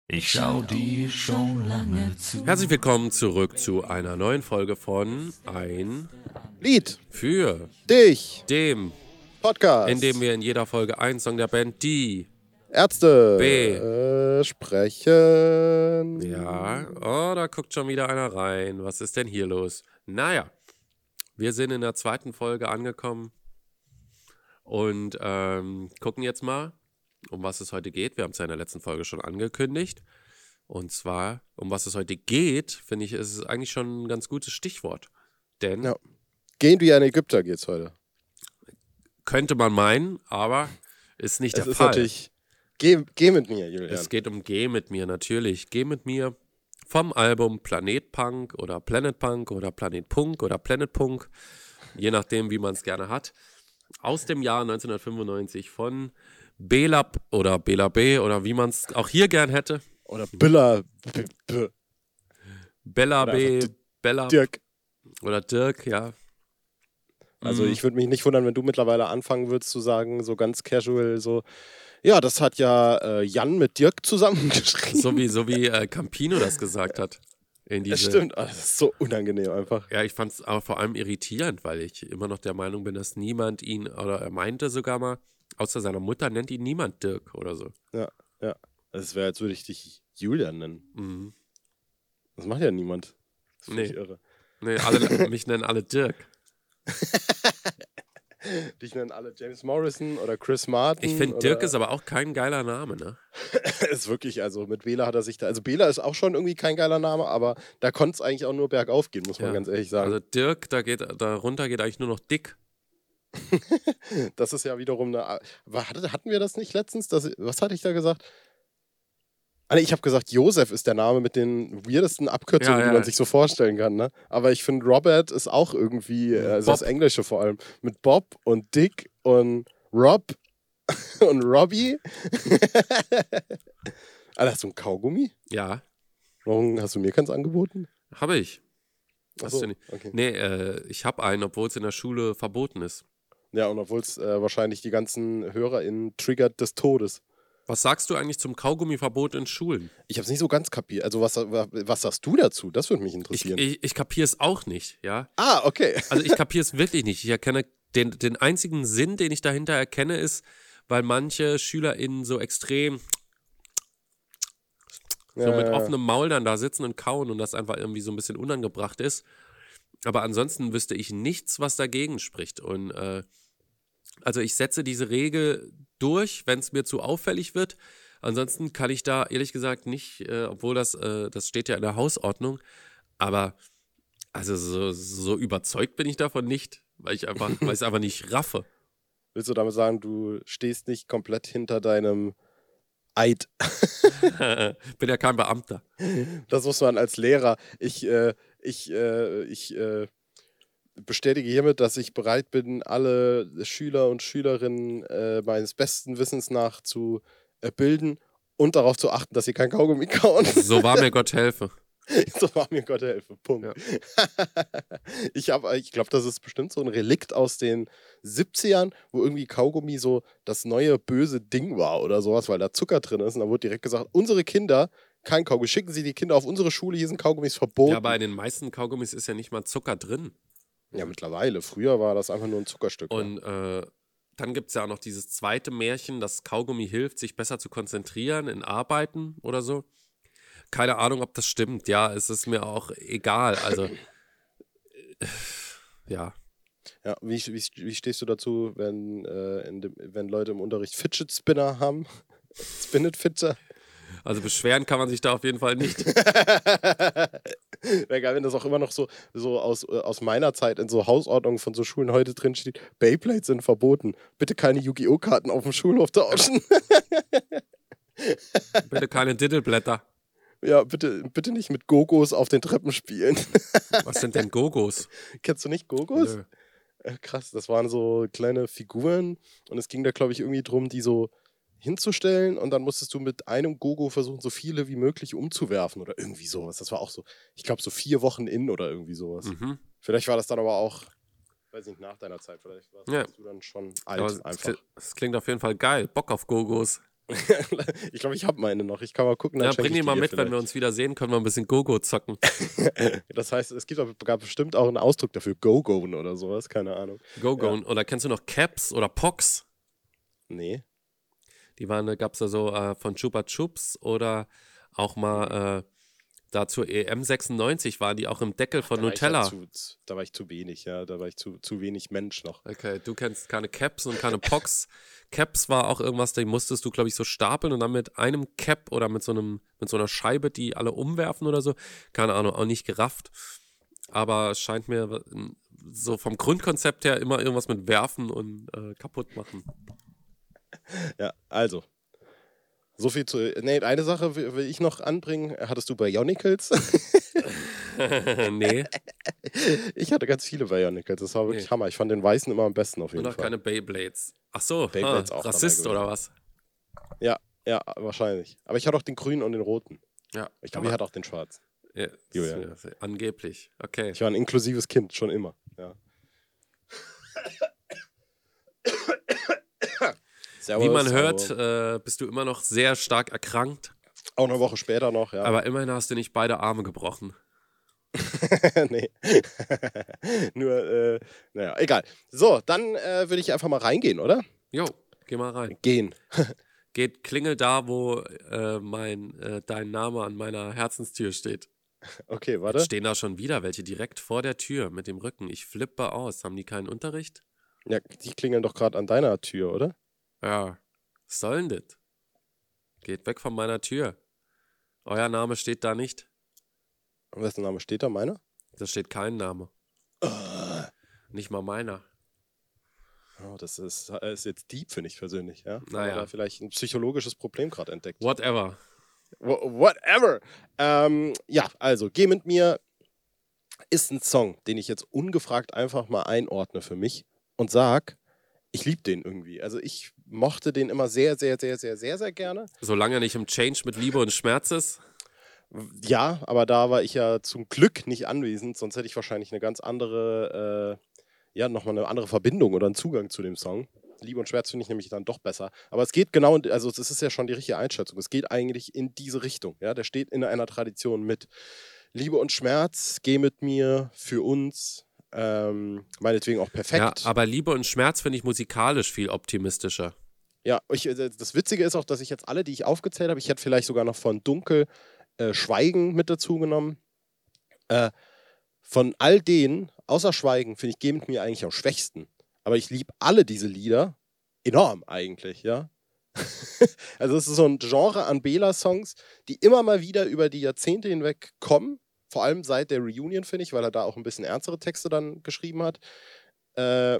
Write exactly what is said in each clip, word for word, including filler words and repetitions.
Ich schau dir schon lange zu. Herzlich willkommen zurück zu einer neuen Folge von Ein Lied für dich dem, Podcast, in dem wir in jeder Folge einen Song der Band Die Ärzte B. äh, sprechen. Ja, oh, da guckt schon wieder einer rein. Was ist denn hier los? Naja, wir sind in der zweiten Folge angekommen und ähm, gucken jetzt mal, um was es heute geht. Wir haben es ja in der letzten Folge schon angekündigt. Und zwar, um was es heute geht, finde ich, ist es eigentlich schon ein ganz gutes Stichwort. Denn Ja. Gehen wie ein Ägypter geht's heute. könnte man meinen, aber ist nicht Es der ist Fall. natürlich geh, geh mit mir, Julian. Es geht um Geh mit mir natürlich. Geh mit mir vom Album Planet Punk oder Planet Punk oder Planet Punk oder Planet Punk, je nachdem, wie man es gerne hat. Aus dem Jahr neunzehnhundertfünfundneunzig von Belab oder Bela B oder wie man es auch hier gern hätte. Oder Billa B, B, Bella Oder B, einfach D- Bella Dirk. oder Dirk, ja. Also Mhm. ich würde mich nicht wundern, wenn du mittlerweile anfangen würdest zu sagen, so ganz casual, so, ja, das hat ja äh, Jan mit Dirk zusammengeschrieben. So wie, so wie äh, Campino das gesagt hat. In Das diese, stimmt, oh, das ist so unangenehm einfach. Ja, ich fand es aber vor allem irritierend, weil ich immer noch der Meinung bin, dass niemand ihn, oder er meinte sogar mal, außer seiner Mutter nennt ihn niemand Dirk oder so. Ja, ja. Es wäre, als würde ich dich Julian nennen. Mhm. Das macht ja niemand. Das finde Nee. ich irre. Nee, alle, mich nennen alle Dirk. Dich nennen alle James Morrison oder Chris Martin. Ich finde, oder- Dirk ist aber auch kein geiler Name, ne? ist wirklich, also mit Bela hat er sich da, also Bela ist auch schon irgendwie kein geiler Name, aber da konnte es eigentlich auch nur bergauf gehen, muss man Ja. ganz ehrlich sagen. Also Dirk, da geht, darunter geht eigentlich nur noch Dick. Das ist ja wiederum eine, war- hatte- hatten wir das nicht letztens? Das, was hatte ich da gesagt? Ah, nee, ich habe gesagt, Josef ist der Name mit den weirdesten Abkürzungen, Ja, ja. die man sich so vorstellen kann, ne? Aber ich finde, Robert ist auch irgendwie, äh, also das Bob. Englische vor allem, mit Bob und Dick und Rob und Robbie. Alter, hast du ein Kaugummi? Ja, Warum hast du mir keins angeboten? habe ich. Hast Achso, du nicht? okay. Nee, äh, ich habe einen, obwohl es in der Schule verboten ist. Ja, und obwohl es äh, wahrscheinlich die ganzen HörerInnen triggert des Todes. Was sagst du eigentlich zum Kaugummiverbot in Schulen? Ich habe es nicht so ganz kapiert. Also, was, was sagst du dazu? Das würde mich Ich, interessieren. ich, ich kapiere es auch nicht, ja. ah, okay. Also ich kapiere es wirklich nicht. Ich erkenne den, den einzigen Sinn, den ich dahinter erkenne, ist, weil manche SchülerInnen so extrem so Ja, mit ja, ja. offenem Maul dann da sitzen und kauen und das einfach irgendwie so ein bisschen unangebracht ist. Aber ansonsten wüsste ich nichts, was dagegen spricht. Und äh, also ich setze diese Regel durch, wenn es mir zu auffällig wird. Ansonsten kann ich da ehrlich gesagt nicht, äh, obwohl das, äh, das steht ja in der Hausordnung, aber also so, so überzeugt bin ich davon nicht, weil ich einfach, weil ich es einfach nicht raffe. Willst du damit sagen, du stehst nicht komplett hinter deinem Eid? Bin ja kein Beamter. Das muss man als Lehrer. Ich, äh, ich, äh, ich äh, bestätige hiermit, dass ich bereit bin, alle Schüler und Schülerinnen äh, meines besten Wissens nach zu äh, bilden und darauf zu achten, dass sie kein Kaugummi kauen. So war mir Gott helfe. So war mir Gott helfe. Punkt. Ja. ich hab, ich glaube, das ist bestimmt so ein Relikt aus den siebzigern, wo irgendwie Kaugummi so das neue böse Ding war oder sowas, weil da Zucker drin ist. Und dann wurde direkt gesagt, unsere Kinder, kein Kaugummi, schicken Sie die Kinder auf unsere Schule, hier sind Kaugummis verboten. Ja, aber in den meisten Kaugummis ist ja nicht mal Zucker drin. Ja, mittlerweile. Früher war das einfach nur ein Zuckerstück. Und äh, dann gibt es ja auch noch dieses zweite Märchen, dass Kaugummi hilft, sich besser zu konzentrieren in Arbeiten oder so. Keine Ahnung, ob das stimmt. Ja, es ist mir auch egal. Also, äh, ja. Ja, wie, wie, wie stehst du dazu, wenn, äh, in dem, wenn Leute im Unterricht Fidget Spinner haben? Spin it Fitter? Also beschweren kann man sich da auf jeden Fall nicht. Wäre geil, wenn das auch immer noch so, so aus, äh, aus meiner Zeit in so Hausordnungen von so Schulen heute drin steht. Beyblades sind verboten. Bitte keine Yu-Gi-Oh! Karten auf dem Schulhof tauschen. Bitte keine Diddleblätter. Ja, bitte, bitte nicht mit Gogos auf den Treppen spielen. Was sind denn Gogos? Kennst du nicht Gogos? Nö. Äh, krass, das waren so kleine Figuren und es ging da, glaube ich, irgendwie drum, die so hinzustellen und dann musstest du mit einem Gogo versuchen, so viele wie möglich umzuwerfen oder irgendwie sowas. Das war auch so, ich glaube, so vier Wochen in oder irgendwie sowas. Mhm. Vielleicht war das dann aber auch, weiß nicht, nach deiner Zeit, vielleicht warst Ja. du dann schon alt Aber es, einfach. kli- es klingt auf jeden Fall geil. Bock auf Gogos. Ich glaube, ich habe meine noch. Ich kann mal gucken. Dann Ja, schenke bring ich die mal dir mit, wenn vielleicht. wir uns wieder sehen, können wir ein bisschen Go-Go zocken. Das heißt, es gibt aber bestimmt auch einen Ausdruck dafür. Go-Goen oder sowas. Keine Ahnung. Go-Go. Oder kennst du noch Caps oder Pox? Nee. Die waren, da gab es ja so äh, von Chupa Chups oder auch mal äh, da zur E M sechsundneunzig waren die auch im Deckel von Da war ich ja Nutella. zu, zu- da war ich zu wenig, ja. Da war ich zu, zu wenig Mensch noch. Okay, du kennst keine Caps und keine Pox. Caps war auch irgendwas, die musstest du, glaube ich, so stapeln und dann mit einem Cap oder mit so einem, mit so einer Scheibe, die alle umwerfen oder so. Keine Ahnung, auch nicht gerafft. Aber es scheint mir so vom Grundkonzept her immer irgendwas mit Werfen und äh, kaputt machen. Ja, also. So viel zu. Nee, eine Sache will, will ich noch anbringen. Hattest du Bionicles? Nee. Ich hatte ganz viele Bionicles. Das war wirklich Nee. Hammer. Ich fand den weißen immer am besten auf jeden Und auch Fall. keine Beyblades. Ach so, Beyblades ah, auch dabei Rassist gewesen. oder was? Ja, ja, wahrscheinlich. Aber ich hatte auch den grünen und den roten. Ja. Ich glaube, ich hatte auch den schwarzen. Ja, Julian. ja, angeblich. Okay. Ich war ein inklusives Kind, schon immer. Ja. Servus, Wie man hört, hallo. äh, bist du immer noch sehr stark erkrankt. Auch eine Woche später noch, ja. Aber immerhin hast du nicht beide Arme gebrochen. Nee. Nur, äh, naja, egal. So, dann äh, würde ich einfach mal reingehen, oder? Jo, geh mal rein. Gehen. Geht, klingel da, wo äh, mein, äh, dein Name an meiner Herzenstür steht. Okay, warte. Stehen da schon wieder welche direkt vor der Tür mit dem Rücken. Ich flippe aus. Haben die keinen Unterricht? Ja, die klingeln doch gerade an deiner Tür, oder? Ja. Was soll denn das? Geht weg von meiner Tür. Euer Name steht da nicht. Und wessen Name steht da? Meiner? Da steht kein Name. Nicht mal meiner. Oh, das ist, ist jetzt deep, finde ich persönlich, ja. Naja. Aber da vielleicht ein psychologisches Problem gerade entdeckt. Whatever. Wh- Whatever. Ähm, ja, also, Geh mit mir ist ein Song, den ich jetzt ungefragt einfach mal einordne für mich und sag, ich liebe den irgendwie. Also ich mochte den immer sehr, sehr, sehr, sehr, sehr, sehr gerne. Solange er nicht im Change mit Liebe und Schmerz ist. Ja, aber da war ich ja zum Glück nicht anwesend, sonst hätte ich wahrscheinlich eine ganz andere, äh, ja, nochmal eine andere Verbindung oder einen Zugang zu dem Song. Liebe und Schmerz finde ich nämlich dann doch besser. Aber es geht genau, in- also das ist ja schon die richtige Einschätzung. Es geht eigentlich in diese Richtung. Ja, der steht in einer Tradition mit Liebe und Schmerz, geh mit mir, für uns, ähm, meinetwegen auch perfekt. Ja, aber Liebe und Schmerz finde ich musikalisch viel optimistischer. Ja, ich, äh, das Witzige ist auch, dass ich jetzt alle, die ich aufgezählt habe, ich hätte vielleicht sogar noch von Dunkel äh, Schweigen mit dazu genommen. Äh, von all denen, außer Schweigen, finde ich Geh mit mir eigentlich am schwächsten. Aber ich liebe alle diese Lieder enorm eigentlich, ja. Also es ist so ein Genre an Bela-Songs, die immer mal wieder über die Jahrzehnte hinweg kommen. Vor allem seit der Reunion, finde ich, weil er da auch ein bisschen ernstere Texte dann geschrieben hat. Äh,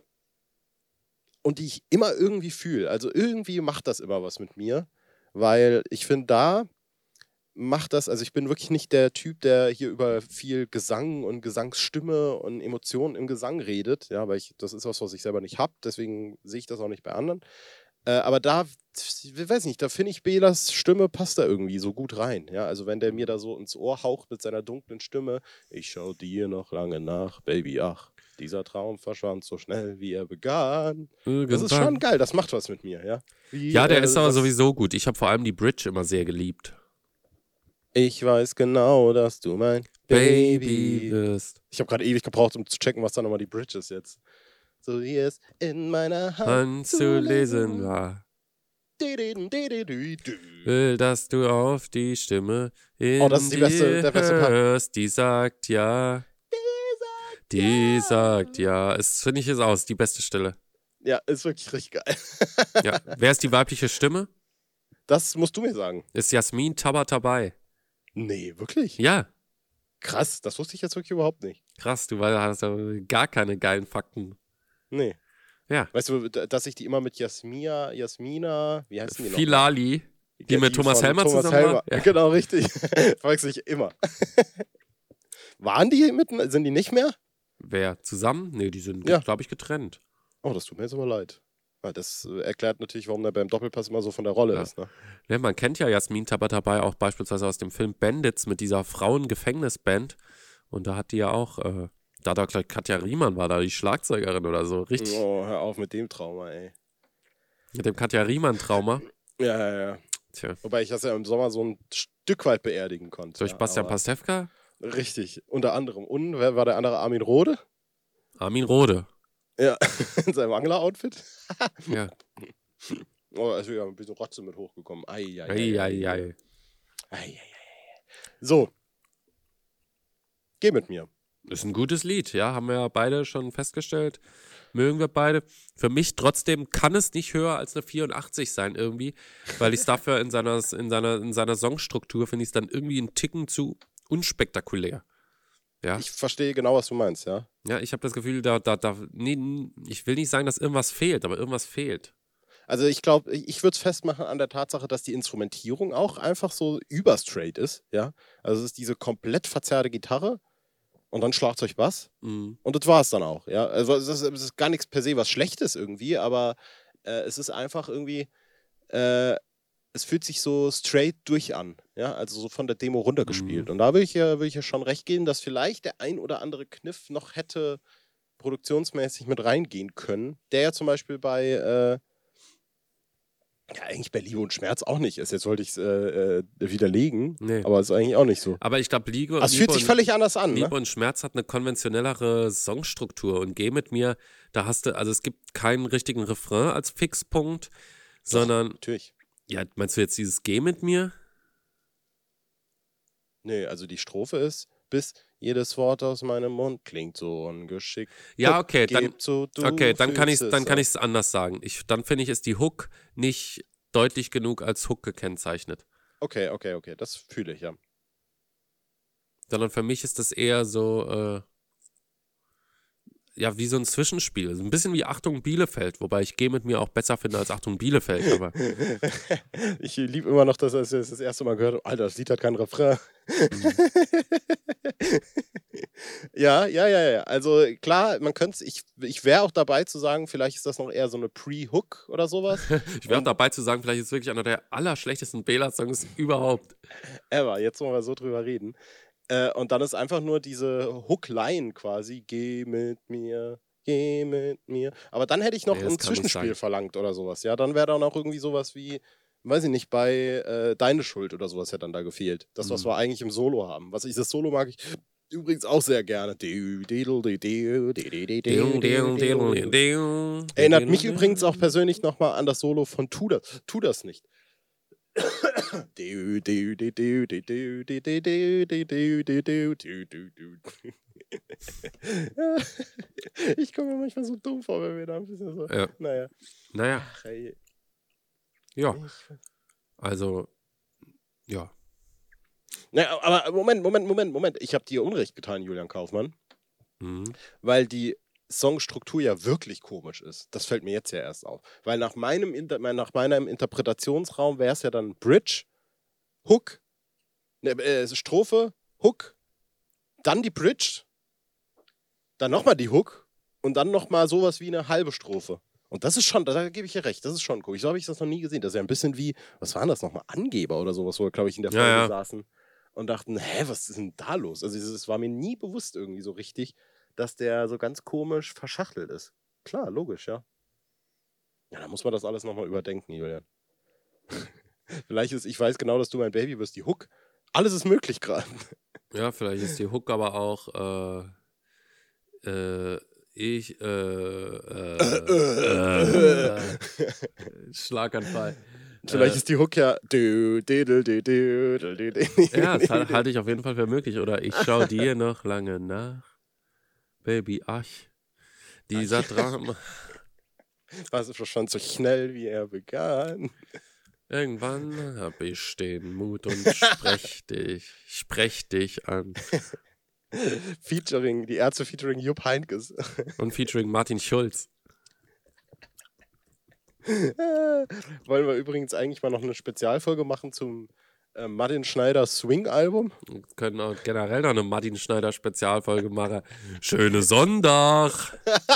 und die ich immer irgendwie fühle. Also irgendwie macht das immer was mit mir, weil ich finde, da macht das, also ich bin wirklich nicht der Typ, der hier über viel Gesang und Gesangsstimme und Emotionen im Gesang redet, ja, weil ich, das ist was, was ich selber nicht habe, deswegen sehe ich das auch nicht bei anderen. Äh, aber da, ich weiß nicht, da finde ich, Belas Stimme passt da irgendwie so gut rein, ja, also wenn der mir da so ins Ohr haucht mit seiner dunklen Stimme, ich schau dir noch lange nach, Baby, ach, dieser Traum verschwand so schnell, wie er begann. Das ist schon geil, das macht was mit mir, ja. Wie, Ja, der äh, ist aber das- sowieso gut. Ich habe vor allem die Bridge immer sehr geliebt. Ich weiß genau, dass du mein Baby Baby. wirst. Ich habe gerade ewig gebraucht, um zu checken, was da nochmal die Bridge ist jetzt. So wie es in meiner Hand Hand zu lesen war. Will, dass du auf die Stimme in Oh, das ist die beste- dir der beste Part. hörst, die sagt ja. Die sagt ja. Es finde ich ist aus, die beste Stelle. Ja, ist wirklich richtig geil. Ja. Wer ist die weibliche Stimme? Das musst du mir sagen. Ist Jasmin Tabatabai. Nee, wirklich? Ja, Krass, das wusste ich jetzt wirklich überhaupt nicht. krass, du weil- hast ja gar keine geilen Fakten. Nee. Ja. Weißt du, d- dass ich die immer mit Jasmia, Jasmina, wie heißen die noch? Filali, die mit Thomas von Helmer Thomas zusammen Helmer. war. Ja. Genau, richtig. Verwechsel ich immer. Waren die mitten? Sind die nicht mehr? Wer? Zusammen? Nee, die sind, Ja. glaube ich, getrennt. Oh, das tut mir jetzt aber leid. Ja, das äh, erklärt natürlich, warum der beim Doppelpass immer so von der Rolle Ja. ist. Ne? Ne, man kennt ja Jasmin Tabatabai auch beispielsweise aus dem Film Bandits mit dieser Frauen-Gefängnisband. Und da hat die ja auch, äh, da hat auch gleich Katja Riemann war da die Schlagzeugerin oder so. Richtig. Oh, hör auf mit dem Trauma, ey. Mit dem Katja Riemann-Trauma. Ja, ja, ja. Tja. Wobei ich das ja im Sommer so ein Stück weit beerdigen konnte. Durch ja, Bastian aber- Pastewka? Richtig, unter anderem. Und wer war der andere? Armin Rohde? Armin Rohde. Ja, in seinem Angler-Outfit. Ja. Oh, ist wieder ein bisschen Rotze mit hochgekommen. Ei, ei, ei, Ei, ei, ei, ei. Ei, ei, ei. So. Geh mit mir. Ist ein gutes Lied, ja, haben wir ja beide schon festgestellt. Mögen wir beide. Für mich trotzdem kann es nicht höher als eine vierundachtzig sein irgendwie, weil ich es dafür in seiner, in seiner, in seiner Songstruktur finde ich es dann irgendwie einen Ticken zu unspektakulär. Ja, Ich verstehe genau, was du meinst, ja. ja ich habe das Gefühl, da, da, da, nee, ich will nicht sagen, dass irgendwas fehlt, aber irgendwas fehlt. Also ich glaube, ich würde es festmachen an der Tatsache, dass die Instrumentierung auch einfach so überstraight ist, ja. Also es ist diese komplett verzerrte Gitarre und dann Schlagzeug Bass Mhm. und das war es dann auch, ja. Also es ist, es ist gar nichts per se was Schlechtes irgendwie, aber äh, es ist einfach irgendwie, äh, es fühlt sich so straight durch an, ja, also so von der Demo runtergespielt. Mhm. Und da will ich ja, will ich ja schon recht geben, dass vielleicht der ein oder andere Kniff noch hätte produktionsmäßig mit reingehen können, der ja zum Beispiel bei äh, ja, eigentlich bei Liebe und Schmerz auch nicht ist. Jetzt wollte ich es äh, äh, widerlegen, Nee. aber ist eigentlich auch nicht so. Aber ich glaube, Liebe, Aber es fühlt Liebe sich und- völlig anders an, Liebe ne? und Schmerz hat eine konventionellere Songstruktur und Geh mit mir, da hast du, also es gibt keinen richtigen Refrain als Fixpunkt, sondern, Natürlich. ja, meinst du jetzt dieses Geh mit mir? Nee, also die Strophe ist, bis jedes Wort aus meinem Mund klingt so ungeschickt. Ja, Guck, okay, dann, gib zu, du okay, dann kann ich fühlst dann es kann auch. ich es anders sagen. Ich, dann finde ich, ist die Hook nicht deutlich genug als Hook gekennzeichnet. Okay, okay, okay, das fühle ich, ja. Sondern für mich ist das eher so, äh, ja, wie so ein Zwischenspiel. So ein bisschen wie Achtung Bielefeld, wobei ich Geh mit mir auch besser finde als Achtung Bielefeld, aber Ich liebe immer noch, dass ich das das erste Mal gehört habe. Alter, das Lied hat keinen Refrain. ja, ja, ja, ja. Also klar, man könnte ich, ich wäre auch dabei zu sagen, vielleicht ist das noch eher so eine Pre-Hook oder sowas. ich wäre auch dabei zu sagen, vielleicht ist es wirklich einer der allerschlechtesten Bela-Songs überhaupt. Ever, jetzt wollen wir so drüber reden. Äh, und dann ist einfach nur diese Hook-Line quasi, geh mit mir, geh mit mir. Aber dann hätte ich noch Nee, das ein kann nicht Zwischenspiel sein. verlangt oder sowas. Ja, dann wäre dann auch irgendwie sowas wie, weiß ich nicht, bei äh, Deine Schuld oder sowas hätte dann da gefehlt. Das, was Mhm. wir eigentlich im Solo haben. Was ich, das Solo mag ich übrigens auch sehr gerne. Erinnert mich übrigens auch persönlich nochmal an das Solo von Tu das, tu das nicht. Ich komme mir manchmal so dumm vor, wenn wir da ein bisschen so. Ja. Naja. Naja, Ach, ey. ja, Ich, also, ja. naja, aber Moment, Moment, Moment, Moment. Ich habe dir Unrecht getan, Julian Kaufmann, Mhm. weil die Songstruktur ja wirklich komisch ist. Das fällt mir jetzt ja erst auf. Weil nach meinem, Inter nach meinem Interpretationsraum wäre es ja dann Bridge, Hook, ne, äh, Strophe, Hook, dann die Bridge, dann nochmal die Hook und dann nochmal sowas wie eine halbe Strophe. Und das ist schon, da, da gebe ich dir recht, das ist schon cool. So habe ich das noch nie gesehen. Das ist ja ein bisschen wie, was waren das nochmal? Angeber oder sowas, wo wir, glaube ich, in der Ja, Folge ja. saßen und dachten, hä, was ist denn da los? Also es war mir nie bewusst irgendwie so richtig, dass der so ganz komisch verschachtelt ist. Klar, logisch, ja. Ja, da muss man das alles nochmal überdenken, Julian. Vielleicht ist, ich weiß genau, dass du mein Baby bist, die Hook. Alles ist möglich gerade. Ja, vielleicht ist die Hook aber auch, äh, äh, ich, äh, äh, äh, äh, Schlaganfall. Vielleicht Äh, ist die Hook ja. Du, du, du, du, du, du, du, du. Ja, das hal- halte ich auf jeden Fall für möglich. Oder ich schaue dir noch lange nach. Baby, ach. Dieser Drama. Was ist schon so schnell, wie er begann. Irgendwann hab ich den Mut und sprech dich, sprech dich an. Featuring, die Ärzte featuring Jupp Heynckes. Und featuring Martin Schulz. Wollen wir übrigens eigentlich mal noch eine Spezialfolge machen zum äh, Martin Schneider Swing-Album? Wir können auch generell noch eine Martin Schneider Spezialfolge machen. Schöne Sonntag.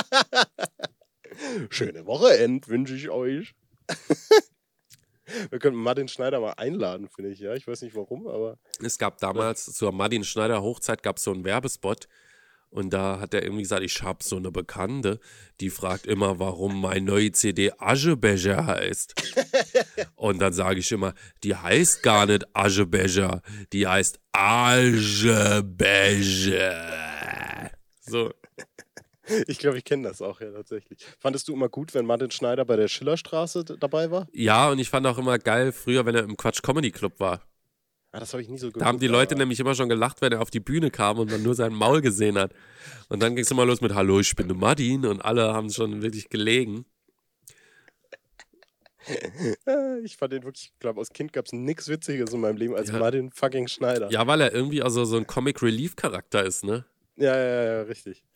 Schöne Wochenend wünsche ich euch. Wir könnten Martin Schneider mal einladen, finde ich, ja. Ich weiß nicht warum, aber. Es gab damals zur Martin Schneider Hochzeit gab es so einen Werbespot Und da hat er irgendwie gesagt, ich habe so eine Bekannte, die fragt immer, warum meine neue C D Aschebecher heißt. Und dann sage ich immer, die heißt gar nicht Aschebecher, die heißt Aschebecher. So. Ich glaube, ich kenne das auch, ja, tatsächlich. Fandest du immer gut, wenn Martin Schneider bei der Schillerstraße d- dabei war? Ja, und ich fand auch immer geil, früher, wenn er im Quatsch Comedy Club war. Ah, das habe ich nie so geguckt. Da haben die Leute aber- nämlich immer schon gelacht, wenn er auf die Bühne kam und man nur sein Maul gesehen hat. Und dann ging es immer los mit Hallo, ich bin der Martin und alle haben schon wirklich gelegen. Äh, Ich fand den wirklich, ich glaube, als Kind gab es nichts Witziges in meinem Leben als Ja. Martin fucking Schneider. Ja, weil er irgendwie also so ein Comic-Relief-Charakter ist, ne? Ja, ja, ja, ja, richtig.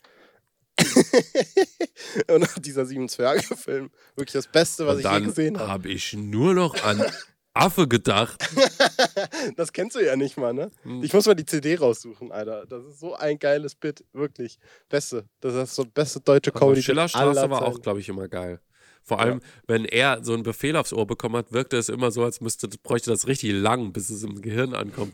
Und auch dieser Sieben-Zwerge-Film, wirklich das Beste, was Und ich je dann gesehen habe. habe ich nur noch an Affe gedacht. Das kennst du ja nicht mal, ne? Hm. Ich muss mal die C D raussuchen, Alter. Das ist so ein geiles Bit, wirklich. Beste. Das ist so beste deutsche Aber Comedy. Schillerstraße war auch, glaube ich, immer geil. Vor allem, wenn er so einen Befehl aufs Ohr bekommen hat, wirkte es immer so, als müsste, bräuchte das richtig lang, bis es im Gehirn ankommt.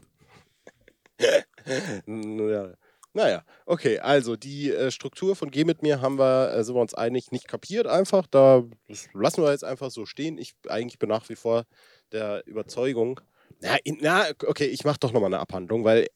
Ja. Naja, okay, also die äh, Struktur von Geh mit mir haben wir, äh, sind wir uns einig, nicht kapiert einfach. Da das lassen wir jetzt einfach so stehen. Ich eigentlich bin nach wie vor der Überzeugung. Na, in, na okay, ich mache doch nochmal eine Abhandlung, weil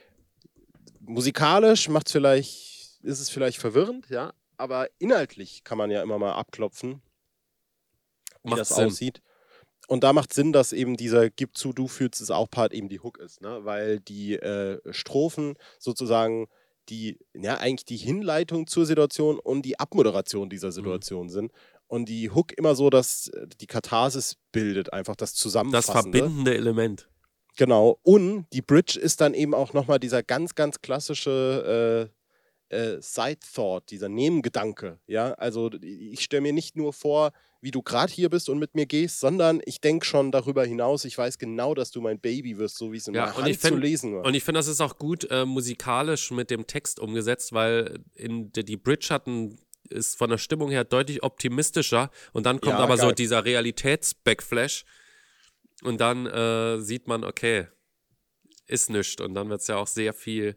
musikalisch macht's vielleicht, ist es vielleicht verwirrend, ja, aber inhaltlich kann man ja immer mal abklopfen, wie Macht das Sinn. aussieht. Und da macht Sinn, dass eben dieser Gib zu, du fühlst es auch Part eben die Hook ist, ne? Weil die äh, Strophen sozusagen die, ja, eigentlich die Hinleitung zur Situation und die Abmoderation dieser Situation sind. Und die Hook immer so, dass äh, die Katharsis bildet, einfach das Das Zusammenfassende. verbindende Element. Genau. Und die Bridge ist dann eben auch nochmal dieser ganz, ganz klassische äh, äh, Side-Thought, dieser Nebengedanke. Ja, also ich stelle mir nicht nur vor, wie du gerade hier bist und mit mir gehst, sondern ich denke schon darüber hinaus. Ich weiß genau, dass du mein Baby wirst, so wie es in Ja, meiner und Hand ich find- zu lesen war. Und ich finde, das ist auch gut äh, musikalisch mit dem Text umgesetzt, weil in die, die Bridge hat ein, ist von der Stimmung her deutlich optimistischer und dann kommt Ja, aber so geil. dieser Realitäts-Backflash und dann äh, sieht man, okay, ist nichts und dann wird es ja auch sehr viel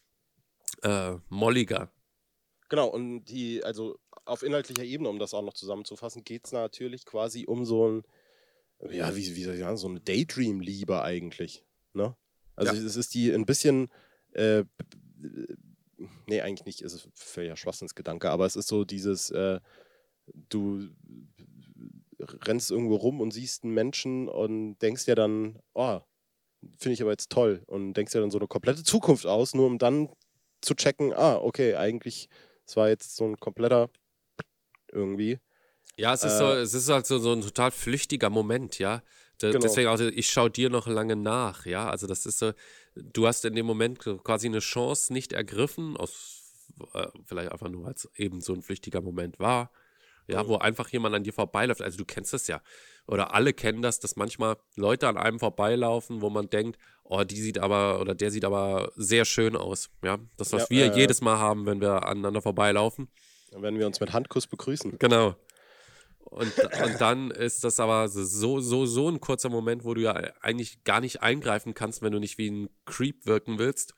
äh, molliger. Genau, und die, also auf inhaltlicher Ebene, um das auch noch zusammenzufassen, geht es natürlich quasi um so ein, ja, wie, wie soll ich sagen, so eine Daydream-Liebe eigentlich. Ne? Also Ja. es ist die ein bisschen, äh, nee, eigentlich nicht, ist es völliger Schwachsinnsgedanke, aber es ist so dieses, äh, du rennst irgendwo rum und siehst einen Menschen und denkst dir dann, oh, finde ich aber jetzt toll und denkst dir dann so eine komplette Zukunft aus, nur um dann zu checken, ah, okay, eigentlich, es war jetzt so ein kompletter irgendwie. Ja, es ist, Äh, so, es ist halt so, so ein total flüchtiger Moment, ja. De, Genau. Deswegen auch, ich schaue dir noch lange nach, ja. Also das ist so, du hast in dem Moment quasi eine Chance nicht ergriffen, aus äh, vielleicht einfach nur, weil es eben so ein flüchtiger Moment war, ja, Mhm. wo einfach jemand an dir vorbeiläuft. Also du kennst das ja. Oder alle kennen das, dass manchmal Leute an einem vorbeilaufen, wo man denkt, oh, die sieht aber, oder der sieht aber sehr schön aus. Ja, das, was Ja, wir äh, jedes Mal haben, wenn wir aneinander vorbeilaufen. Dann werden wir uns mit Handkuss begrüßen. Genau. Und, und dann ist das aber so, so, so ein kurzer Moment, wo du ja eigentlich gar nicht eingreifen kannst, wenn du nicht wie ein Creep wirken willst.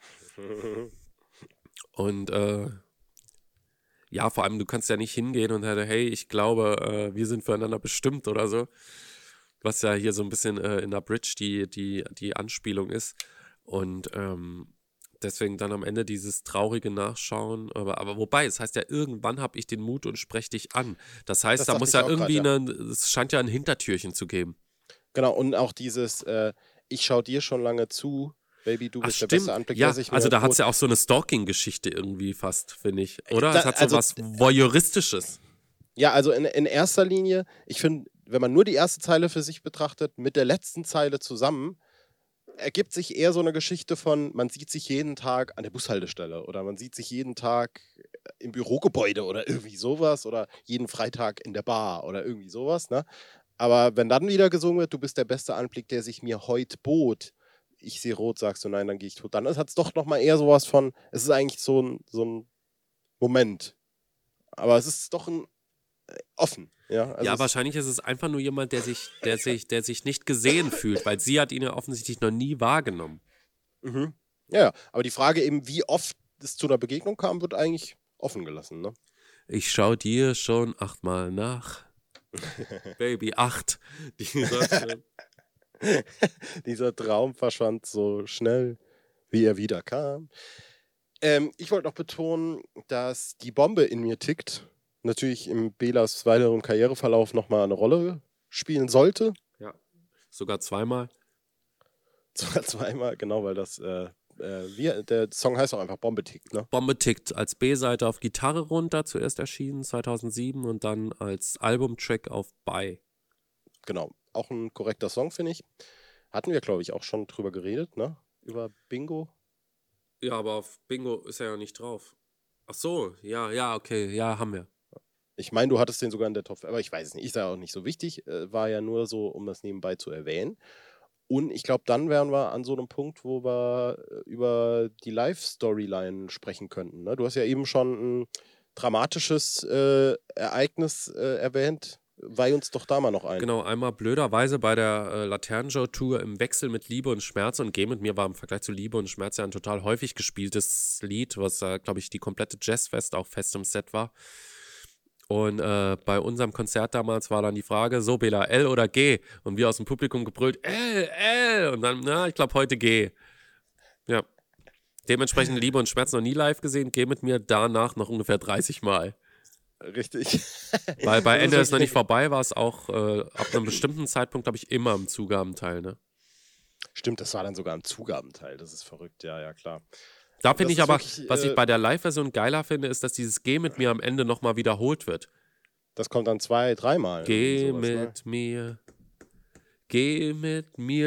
Und äh, ja, vor allem, du kannst ja nicht hingehen und sagen, hey, ich glaube, äh, wir sind füreinander bestimmt oder so. Was ja hier so ein bisschen äh, in der Bridge die, die, die Anspielung ist. Und ähm, deswegen dann am Ende dieses traurige Nachschauen. Aber, aber wobei, es heißt ja, irgendwann habe ich den Mut und spreche dich an. Das heißt, Das da dachte muss ich ja auch irgendwie grad, eine, es scheint ja ein Hintertürchen zu geben. Genau, und auch dieses, äh, ich schau dir schon lange zu, Baby, du Ach bist der stimmt, beste Anblick, ja, der sich mir also da hat es bot. ja auch so eine Stalking-Geschichte irgendwie fast, finde ich, oder? Da- es hat so also- was Voyeuristisches. Ja, also in, in erster Linie, ich finde, wenn man nur die erste Zeile für sich betrachtet, mit der letzten Zeile zusammen, ergibt sich eher so eine Geschichte von, man sieht sich jeden Tag an der Bushaltestelle oder man sieht sich jeden Tag im Bürogebäude oder irgendwie sowas oder jeden Freitag in der Bar oder irgendwie sowas, ne? Aber wenn dann wieder gesungen wird, du bist der beste Anblick, der sich mir heut bot, ich sehe rot, sagst du, nein, dann gehe ich tot, dann hat es doch nochmal eher sowas von, es ist eigentlich so ein, so ein Moment. Aber es ist doch ein äh, offen, ja? Also Ja, es- wahrscheinlich ist es einfach nur jemand, der sich, der sich, der sich nicht gesehen fühlt, weil sie hat ihn ja offensichtlich noch nie wahrgenommen. Mhm. Ja, ja, aber die Frage eben, wie oft es zu einer Begegnung kam, wird eigentlich offen gelassen, ne? Ich schau dir schon achtmal nach. Baby, acht. Dieser Film. Dieser Traum verschwand so schnell, wie er wieder kam. Ähm, ich wollte noch betonen, dass die Bombe in mir tickt, natürlich im Belas weiteren Karriereverlauf nochmal eine Rolle spielen sollte. Ja, sogar zweimal. Sogar zweimal, genau, weil das, äh, äh, wie, der Song heißt auch einfach Bombe tickt, ne? Bombe tickt als B-Seite auf Gitarre runter, zuerst erschienen zweitausendsieben und dann als Albumtrack auf Bye. Genau, auch ein korrekter Song, finde ich. Hatten wir, glaube ich, auch schon drüber geredet, ne? Über Bingo. Ja, aber auf Bingo ist er ja nicht drauf. Ach so, ja, ja, okay, ja, haben wir. Ich meine, du hattest den sogar in der Top, aber ich weiß es nicht, ist ja auch nicht so wichtig, äh, war ja nur so, um das nebenbei zu erwähnen. Und ich glaube, dann wären wir an so einem Punkt, wo wir äh, über die Live-Storyline sprechen könnten. Ne? Du hast ja eben schon ein dramatisches äh, Ereignis äh, erwähnt. Weih uns doch da mal noch ein. Genau, einmal blöderweise bei der äh, Laternenjoe-Tour im Wechsel mit Liebe und Schmerz und Geh mit mir war im Vergleich zu Liebe und Schmerz ja ein total häufig gespieltes Lied, was, äh, glaube ich, die komplette Jazzfest auch fest im Set war. Und äh, bei unserem Konzert damals war dann die Frage, so Bela, L oder G? Und wir aus dem Publikum gebrüllt, L, L. Und dann, na, ich glaube heute G. Ja. Dementsprechend Liebe und Schmerz noch nie live gesehen, Geh mit mir danach noch ungefähr dreißig Mal. Richtig. Weil bei Das Ende ist noch wirklich- nicht vorbei, war es auch äh, ab einem bestimmten Zeitpunkt, glaube ich, immer im Zugabenteil, ne? Stimmt, das war dann sogar im Zugabenteil. Das ist verrückt, ja, ja, klar. Da Das finde ich ist aber, wirklich, was äh, ich bei der Live-Version geiler finde, ist, dass dieses Geh mit mir am Ende nochmal wiederholt wird. Das kommt dann zwei, dreimal. Geh sowas, ne? mit mir, geh mit mir,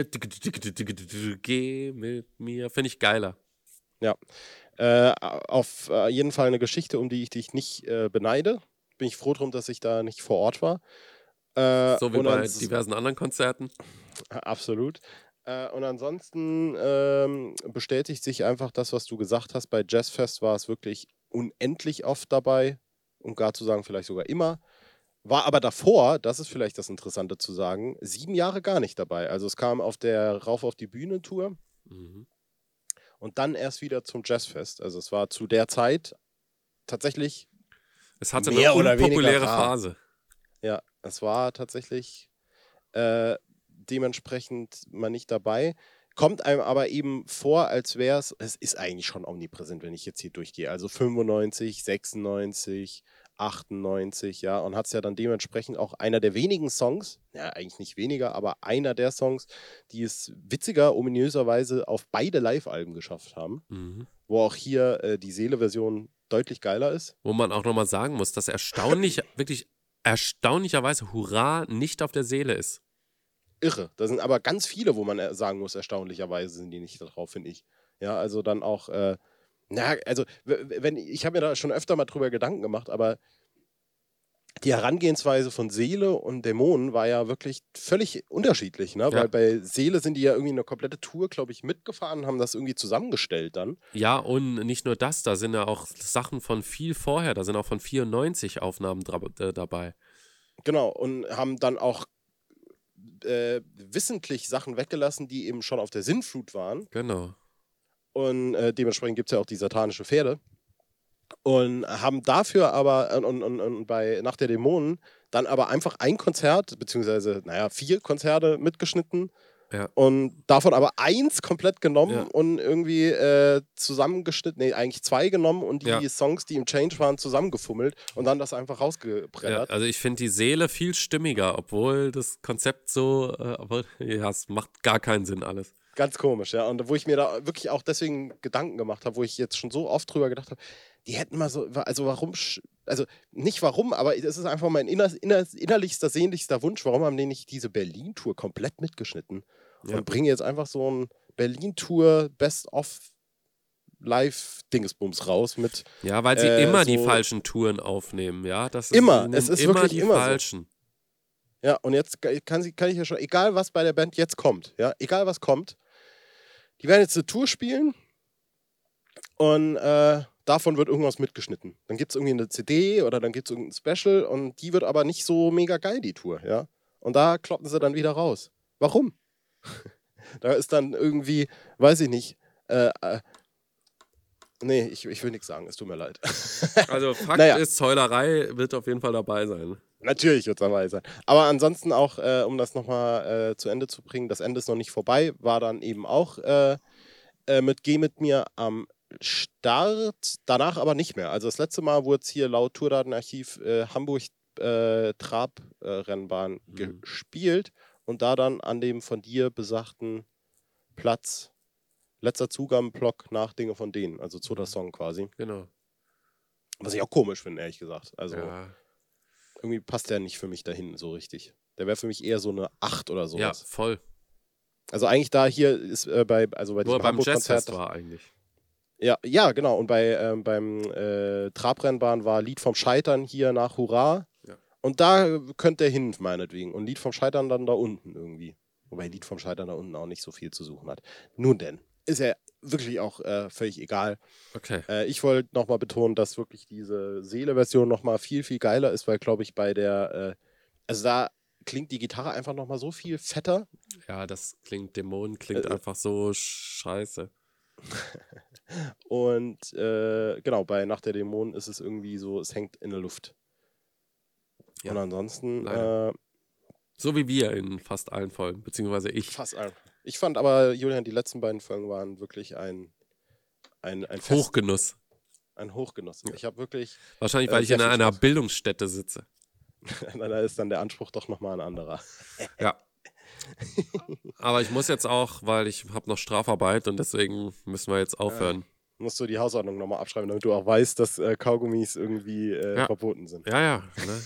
geh mit mir. Finde ich geiler. Ja. Äh, auf äh, jeden Fall eine Geschichte, um die ich dich nicht äh, beneide. Bin ich froh drum, dass ich da nicht vor Ort war. Äh, So wie und bei ans- diversen anderen Konzerten. Absolut. Äh, und ansonsten ähm, bestätigt sich einfach das, was du gesagt hast. Bei Jazzfest war es wirklich unendlich oft dabei, um gar zu sagen, vielleicht sogar immer. War aber davor, das ist vielleicht das Interessante zu sagen, sieben Jahre gar nicht dabei. Also es kam auf der Rauf auf die Bühne-Tour Mhm. und dann erst wieder zum Jazzfest. Also es war zu der Zeit tatsächlich, Es hatte Mehr eine oder weniger unpopuläre rar. Phase. ja, es war tatsächlich äh, dementsprechend mal nicht dabei. Kommt einem aber eben vor, als wäre es, es ist eigentlich schon omnipräsent, wenn ich jetzt hier durchgehe. Also fünfundneunzig, sechsundneunzig, achtundneunzig, ja, und hat es ja dann dementsprechend auch einer der wenigen Songs, ja, eigentlich nicht weniger, aber einer der Songs, die es witziger, ominöserweise auf beide Live-Alben geschafft haben, Mhm. wo auch hier äh, die Seele-Version deutlich geiler ist. Wo man auch nochmal sagen muss, dass erstaunlich, wirklich erstaunlicherweise Hurra nicht auf der Seele ist. Irre. Da sind aber ganz viele, wo man äh, sagen muss, erstaunlicherweise sind die nicht da drauf, finde ich. Ja, also dann auch, äh, na, also, w- wenn, ich habe mir da schon öfter mal drüber Gedanken gemacht, aber die Herangehensweise von Seele und Dämonen war ja wirklich völlig unterschiedlich, ne? Ja. Weil bei Seele sind die ja irgendwie eine komplette Tour, glaube ich, mitgefahren, haben das irgendwie zusammengestellt dann. Ja, und nicht nur das, da sind ja auch Sachen von viel vorher, da sind auch von vierundneunzig Aufnahmen dra- äh, dabei. Genau, und haben dann auch äh, wissentlich Sachen weggelassen, die eben schon auf der Sinnflut waren. Genau. Und äh, dementsprechend gibt es ja auch die satanische Pferde. Und haben dafür aber, und, und, und, und bei Nacht der Dämonen, dann aber einfach ein Konzert, beziehungsweise, naja, vier Konzerte mitgeschnitten. Ja. Und davon aber eins komplett genommen Ja. und irgendwie äh, zusammengeschnitten, nee, eigentlich zwei genommen und die Ja. Songs, die im Change waren, zusammengefummelt und dann das einfach Ja, rausgebrettert. also ich finde die Seele viel stimmiger, obwohl das Konzept so, äh, obwohl, ja, es macht gar keinen Sinn alles. Ganz komisch, ja. Und wo ich mir da wirklich auch deswegen Gedanken gemacht habe, wo ich jetzt schon so oft drüber gedacht habe, die hätten mal so, also warum, sch- also nicht warum, aber es ist einfach mein inner, inner, innerlichster, sehnlichster Wunsch, warum haben die nicht diese Berlin-Tour komplett mitgeschnitten Ja. und bringen jetzt einfach so ein Berlin-Tour Best-of Live-Dingesbums raus mit Ja, weil sie Äh, immer die so- falschen Touren aufnehmen, ja. Das ist, Immer, sie es nehmen ist immer wirklich die immer so. falschen. Ja, und jetzt kann, sie, kann ich ja schon, egal was bei der Band jetzt kommt, ja, egal was kommt, die werden jetzt eine Tour spielen und äh, davon wird irgendwas mitgeschnitten. Dann gibt es irgendwie eine C D oder dann gibt es irgendein Special und die wird aber nicht so mega geil, die Tour, ja. Und da kloppen sie dann wieder raus. Warum? Da ist dann irgendwie, weiß ich nicht, äh, äh, Nee, ich, ich will nichts sagen, es tut mir leid. Also Fakt Naja. ist, Zeulerei wird auf jeden Fall dabei sein. Natürlich wird es dabei sein. Aber ansonsten auch, äh, um das nochmal äh, zu Ende zu bringen, das Ende ist noch nicht vorbei, war dann eben auch äh, äh, mit Geh mit mir am Start, danach aber nicht mehr. Also das letzte Mal wurde es hier laut Tourdatenarchiv äh, Hamburg äh, Trabrennbahn Mhm. gespielt und da dann an dem von dir besagten Platz, letzter Zug am Block nach Dinge von denen, also zweiter Song quasi. Genau. Was ich auch komisch finde, ehrlich gesagt. Also Ja, irgendwie passt der nicht für mich dahin so richtig. Der wäre für mich eher so eine acht oder ja, sowas. voll. Also eigentlich da hier ist äh, bei, also bei Wo er diesem beim Hamburg-Konzert. Jazzfest war eigentlich. Ja, ja, genau. Und bei, ähm, beim äh, Trabrennbahn war Lied vom Scheitern hier nach Hurra. Ja. Und da könnte er hin, meinetwegen. Und Lied vom Scheitern dann da unten irgendwie. Wobei Lied vom Scheitern da unten auch nicht so viel zu suchen hat. Nun denn, ist ja wirklich auch äh, völlig egal. Okay. Äh, ich wollte nochmal betonen, dass wirklich diese Seele-Version nochmal viel, viel geiler ist, weil, glaube ich, bei der, äh, also da klingt die Gitarre einfach nochmal so viel fetter. Ja, das klingt, Dämonen klingt Äh, einfach so scheiße. Und äh, genau, bei Nacht der Dämonen ist es irgendwie so, es hängt in der Luft. Ja, Und ansonsten leider. äh, So wie wir in fast allen Folgen, beziehungsweise ich. fast ein. Ich fand aber, Julian, die letzten beiden Folgen waren wirklich ein, ein, ein Fest, Hochgenuss. ein Hochgenuss. Ich habe wirklich, Wahrscheinlich, Äh, weil ich sehr in viel einer Spaß. Bildungsstätte sitze. da ist dann der Anspruch doch nochmal ein anderer. Ja. Aber ich muss jetzt auch, weil ich habe noch Strafarbeit und deswegen müssen wir jetzt aufhören. Musst du die Hausordnung nochmal abschreiben, damit du auch weißt, dass äh, Kaugummis irgendwie äh, Ja. verboten sind. Ja, ja. Ne?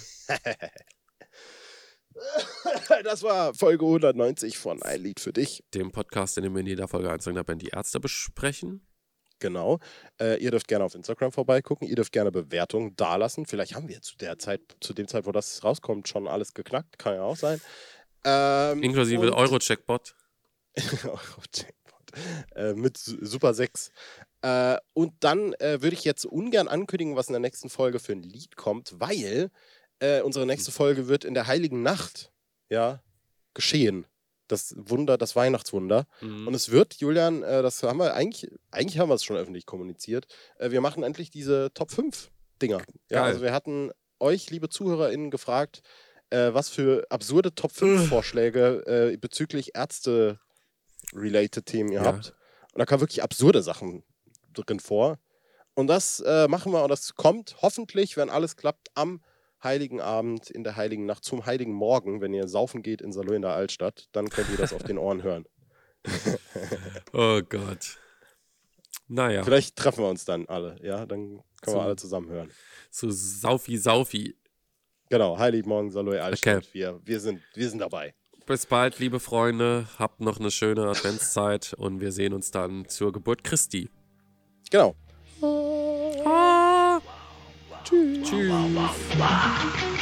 Das war Folge hundertneunzig von Ein Lied für dich. Dem Podcast, in dem wir in jeder Folge einzelner Band die Ärzte besprechen. Genau. Äh, ihr dürft gerne auf Instagram vorbeigucken. Ihr dürft gerne Bewertungen dalassen. Vielleicht haben wir zu der Zeit, zu dem Zeit, wo das rauskommt, schon alles geknackt. Kann ja auch sein. Ähm, Inklusive und- Euro-Checkbot. Euro-Jackpot. Äh, mit Su- Super sechs. Äh, und dann äh, würde ich jetzt ungern ankündigen, was in der nächsten Folge für ein Lied kommt, weil äh, unsere nächste Folge wird in der Heiligen Nacht ja, geschehen. Das Wunder, das Weihnachtswunder. Mhm. Und es wird, Julian, äh, das haben wir eigentlich, eigentlich haben wir es schon öffentlich kommuniziert, äh, wir machen endlich diese Top fünf Dinger. Ja, Geil. also wir hatten euch, liebe ZuhörerInnen, gefragt, äh, was für absurde Top fünf Vorschläge äh, bezüglich Ärzte-related Themen ihr Ja. habt. Und da kamen wirklich absurde Sachen drin vor. Und das äh, machen wir und das kommt hoffentlich, wenn alles klappt, am Heiligen Abend, in der Heiligen Nacht, zum Heiligen Morgen, wenn ihr saufen geht in Saloy in der Altstadt, dann könnt ihr das auf den Ohren hören. Oh Gott. Naja, Vielleicht treffen wir uns dann alle, ja, dann können So. wir alle zusammen hören. so Saufi Saufi. Genau, Heiligmorgen, Saloy, Altstadt, Okay. wir, wir, sind, wir sind dabei. Bis bald, liebe Freunde. Habt noch eine schöne Adventszeit und wir sehen uns dann zur Geburt Christi. Genau. Tschüss.